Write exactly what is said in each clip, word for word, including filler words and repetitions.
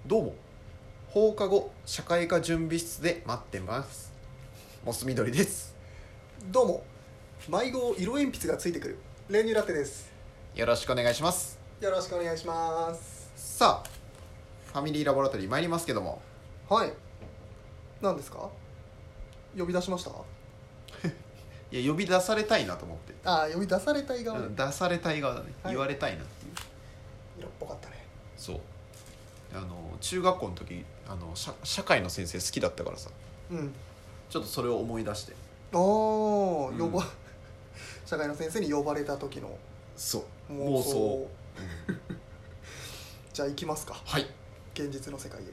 どうも、放課後社会科準備室で待ってます。モス緑です。 どうも、迷子色鉛筆がついてくる練乳ラテです。 よろしくお願いします。 よろしくお願いします。 さあ、ファミリーラボラトリー参りますけども、 はい。何ですか？呼び出しました？ いや呼び出されたいなと思って。 ああ、呼び出されたい側、 うん、出されたい側だね、 はい、 言われたいなっていう。 色っぽかったね。 そう、あの中学校の時あの 社, 社会の先生好きだったからさ、 うん。 ちょっとそれを思い出して。 ああ、呼ば、 うん、 社会の先生に呼ばれた時のそう妄想。 妄想じゃあ行きますか。 はい、 現実の世界へ。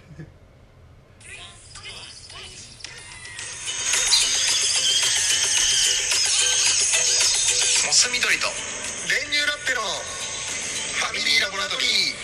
モス緑と練乳ラッペのファミリーラボラトリー。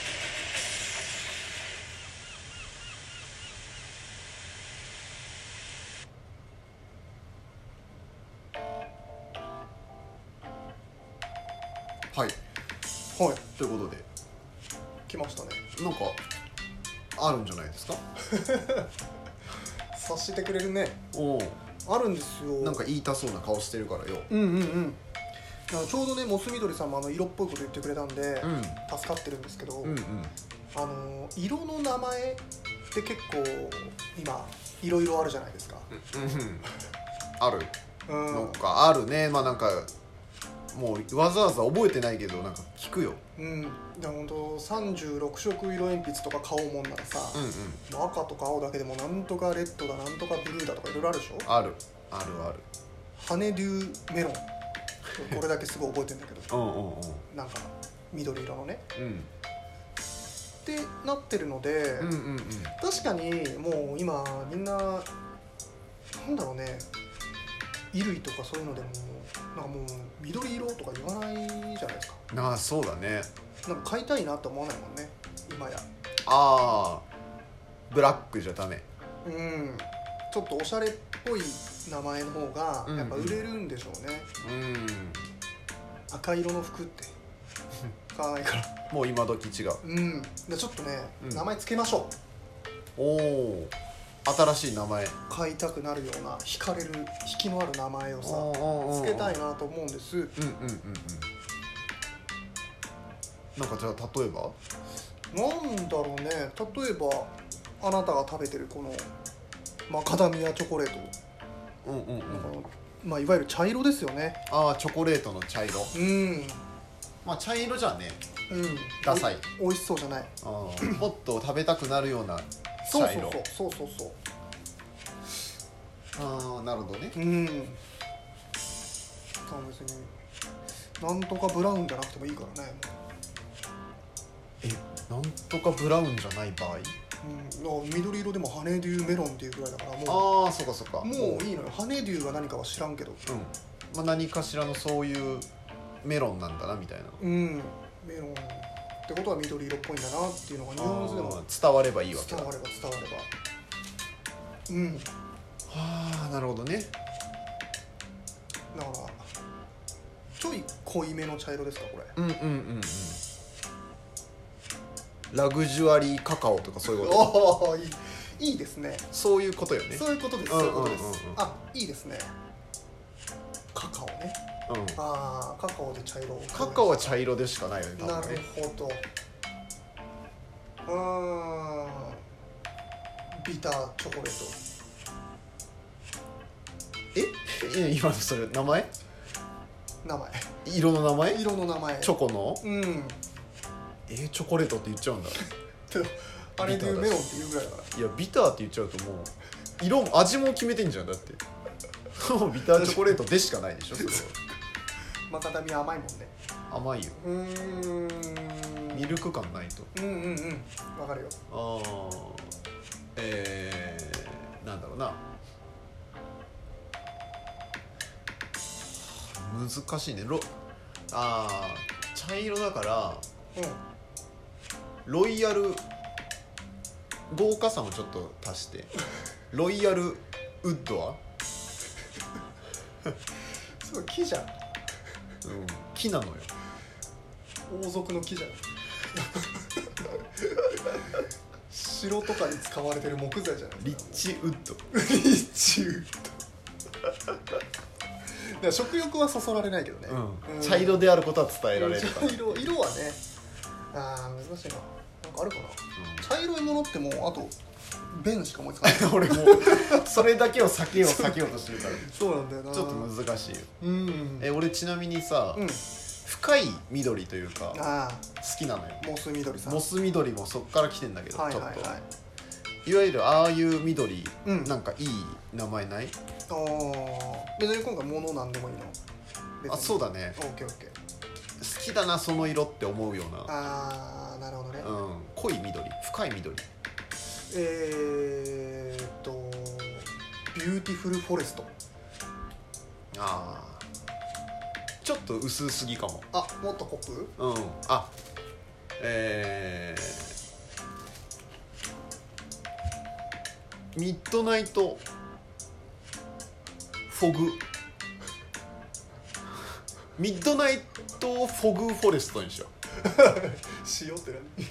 はい、 はい、 ということで来ましたね。 なんかあるんじゃないですか？ 察してくれるね。 おお、 あるんですよ。 なんか言いたそうな顔してるからよ。 うんうんうん。あのちょうどね、モス緑さんもあの色っぽいこと言ってくれたんで、 うん、 助かってるんですけど、 うんうん、 あの色の名前って結構今いろいろあるじゃないですか。 うんうん、ある、 うん、 なんかあるね。まあなんかもうわざわざ覚えてないけどなんか聞くよ。 うん、でもほんとさんじゅうろくしょく色鉛筆とか買おうもんならさ、 うんうん、 赤とか青だけでもなんとかレッドだなんとかブルーだとかいろいろあるでしょ。 あるあるある。 ハネデューメロンこれだけすごい覚えてるんだけどうんうんうん、 なんか緑色のねうんってなってるので、 うんうんうん、 確かにもう今みんななんだろうね、衣類とかそういうのでもなんかもう緑色とか言わないじゃないですか。 ああそうだね。 なんか買いたいなって思わないもんね今や。 ああブラックじゃダメ。 うん、ちょっとおしゃれっぽい名前の方がやっぱ売れるんでしょうね。 うん、うん、 赤色の服って買わないからもう今時違う。 うんでちょっとね、 うん、 名前つけましょう。おお、新しい名前買いたくなるような惹かれる引きのある名前をさつけたいなと思うんです。うんうんうんうん。 なんかじゃあ例えばなんだろうね、例えばあなたが食べてるこのマカダミアチョコレート、 うんうんうん、 なんかまあいわゆる茶色ですよね。 ああチョコレートの茶色。 うんまあ茶色じゃね、 うん、 ダサい。 おいしそうじゃない。 あもっと食べたくなるような茶色。 そうそうそうそうそう。ああなるほどね。 うん別になんとかブラウンじゃなくてもいいからね。 えなんとかブラウンじゃない場合、 うん、緑色でもハネデューメロンっていうぐらいだからもう、 ああそうかそうか、 もういいのよ。ハネデューが何かは知らんけど、 うん、まあ、何かしらのそういうメロンなんだなみたいな。 うんメロンってことは緑色っぽいんだなっていうのがニュアンスでも伝わればいいわけだ。 伝われば伝わればうんはあなるほどね。 だからちょい濃いめの茶色ですかこれ。 うんうんうんうんラグジュアリーカカオとかそういうこと。おいいいいですね。 そういうことよね。 そういうことです。そういうことです。あいいですね。カカオね。 うん、 ああカカオで茶色。 カカオは茶色でしかないよね。 なるほど。うんビターチョコレート。え今のそれ名前？ ト名前色の名前？ 色の名前チョコの？ うんえー、チョコレートって言っちゃうんだ。 あれでメロンって言うぐらいだから。 いやビターって言っちゃうともう色も味も決めてんじゃんだって。もうビターチョコレートでしかないでしょそれは。 マカダミア甘いもんね。 甘いよ。 うーんミルク感ないと。 うんうんうんわかるよ。 ああえー、なんだろうな、難しいね。ロあー茶色だからうんロイヤル豪華さもちょっと足してロイヤルウッドはすごい木じゃん。 うん、木なのよ。 王族の木じゃん。 城とかに使われてる木材じゃないリッチウッドリッチウッドだから食欲はそそられないけどね、 うんうん、 茶色であることは伝えられるから、 茶色色はねあー難しいななんかあるかな、 うん、 茶色いものってもうあと便しか思いつかない俺もそれだけを避けよう避けようとしてるからそうなんだよなちょっと難しいよ、 うん、 え俺ちなみにさ、 うん、 深い緑というかあ好きなのよモス緑さんモス緑もそっから来てんだけど、 はいはいはい、 ちょっといわゆるああいう緑、 うん、 なんかいい名前ない？ ああ別に今回物なんでもいいの？ あそうだねオッケーオッケー好きだなその色って思うようなああなるほどね、 うん、濃い緑深い緑えーっとビューティフルフォレストああちょっと薄すぎかもあもっと濃くうんあえー、ミッドナイトフォグミッドナイトフォグフォレストにしよ塩って何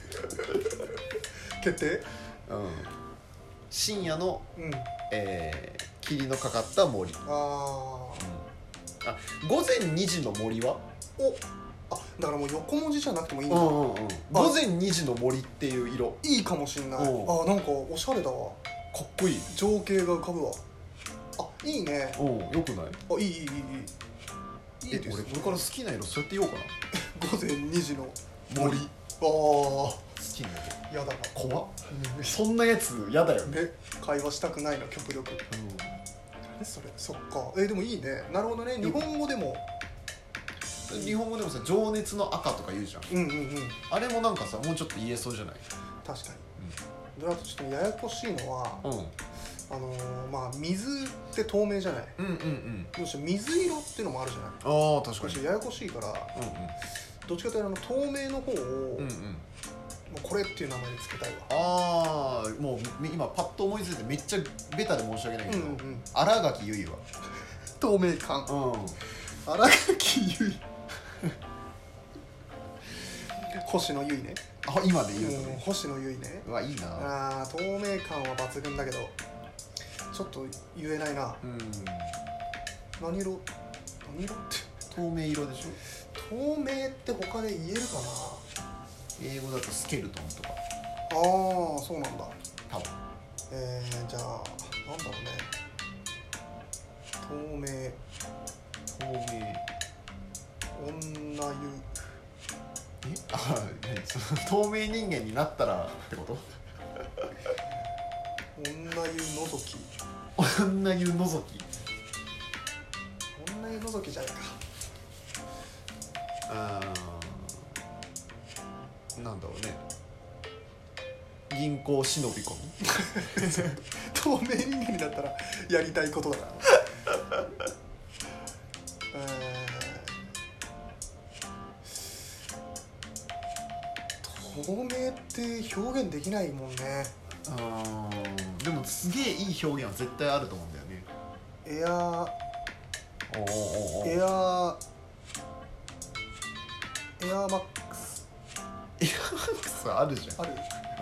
決定う、うん、深夜の、 うんえー、霧のかかった森あー、 うん、あ午前にじの森はおあだからもう横文字じゃなくてもいいんだ、 うんうんうん、午前にじの森っていう色いいかもしんない、 うんあなんかおしゃれだわかっこいい情景が浮かぶわあいいねうんよくないあいいいいいいいいいえですね俺これから好きな色そうやって言おうかな午前にじの森ああ好きな色やだな怖っそんなやつやだよね、 ね会話したくないの極力うん、 何それそっかえでもいいねなるほどね日本語でも日本語でもさ情熱の赤とか言うじゃんうんうんうんあれもなんかさもうちょっと言えそうじゃない確かに、であとちょっとややこしいのは、 うんあのー、まあ水って透明じゃないうんうんうんどうして水色っていうのもあるじゃないああ確かにこれややこしいからうんどっちかというとあの透明の方を、 うんうんうんもうこれっていう名前で付けたいわああもう今パッと思いついてめっちゃベタで申し訳ないけど、 うんうん新垣結衣は透明感うん新垣結衣星野結衣ねあ今で言うとうんね星野結衣ねうわいいなあー透明感は抜群だけどちょっと言えないなうん何色何色って透明色でしょ透明って他で言えるか英語だとスケルトンとかなああそうなんだ多分えー、じゃあなんだろうね透明透明女湯えあ何その透明人間になったらってこと女湯のぞき女湯のぞき女湯のぞきじゃないかあーなんだろうね銀行忍び込み透明人間になったらやりたいことだからえー、透明って表現できないもんねあーでもすげえいい表現は絶対あると思うんだよねエアーおおおエアーエアーマックスエアマックスあるじゃんある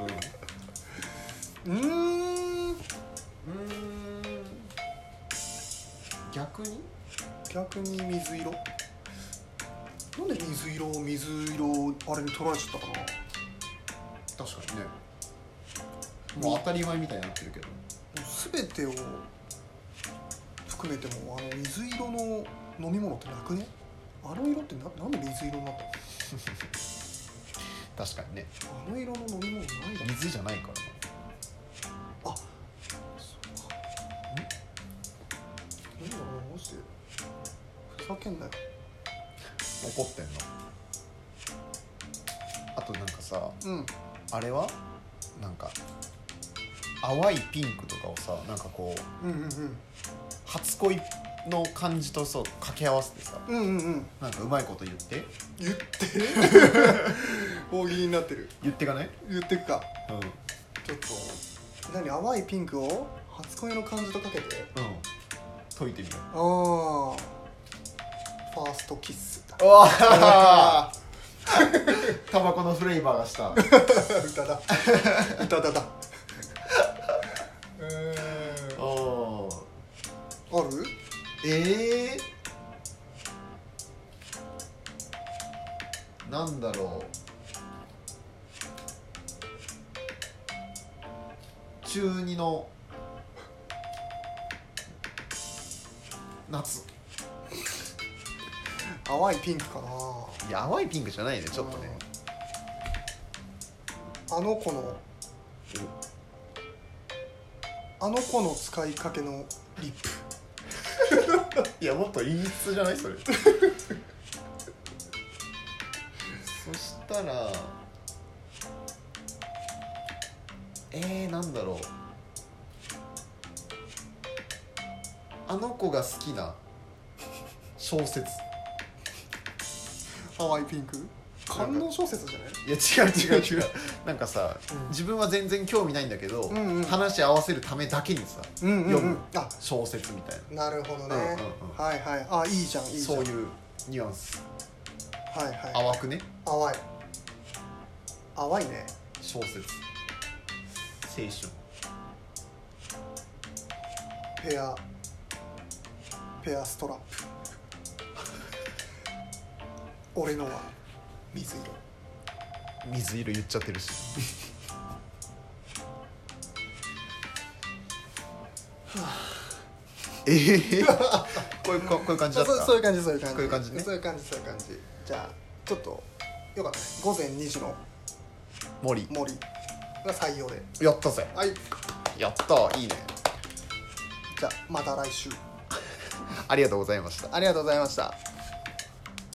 うんうーんうーん逆に逆に水色なんで水色を水色あれに捉えちゃったかな確かにねもう当たり前みたいになってるけど全てを含めてもあの水色の飲み物ってなくねあの色って な, なんで水色になったの確かにねあの色の飲み物ないだろ水じゃないからねあそうかんなんだろうマジでふざけんなよ怒ってんのあとなんかさうんあれはなんか淡いピンクとかをさなんかこううんうんうん初恋の感じとそう掛け合わせてさうんうんうんなんかうまいこと言って言って大喜利になってる言ってかない言ってくかうんうんちょっと何淡いピンクを初恋の感じとかけて解いてみよああファーストキッスだうわあタバコのフレーバーがした歌だ歌だだえー、 ああるえー、なんだろう中二の夏。 淡いピンクかな。 いや淡いピンクじゃないねちょっとね、 あの子のあの子の使いかけのリップいやもっと陰湿じゃないそれそしたらえー、なんだろうあの子が好きな小説。 淡いピンク観音小説じゃない？ いや違う違う違うなんかさ、 うん、 自分は全然興味ないんだけど、 うんうん、 話し合わせるためだけにさ、 うんうんうん、 読むあ小説みたいな。 なるほどね、 うんうんうん、 はいはいあいいじゃんいいじゃんそういうニュアンス。 はいはい淡くね淡い淡いね小説青春ペアペアストラップ俺のは水色。 水色言っちゃってるしええー、こういうこういう感じだった。 そういう感じそういう感じこういう感じね。 そういう感じそういう感じ。じゃあちょっとよかったね。午前にじの森森が採用でやったぜ。 はいやったいいね。 じゃあまた来週ありがとうございました。 ありがとうございました。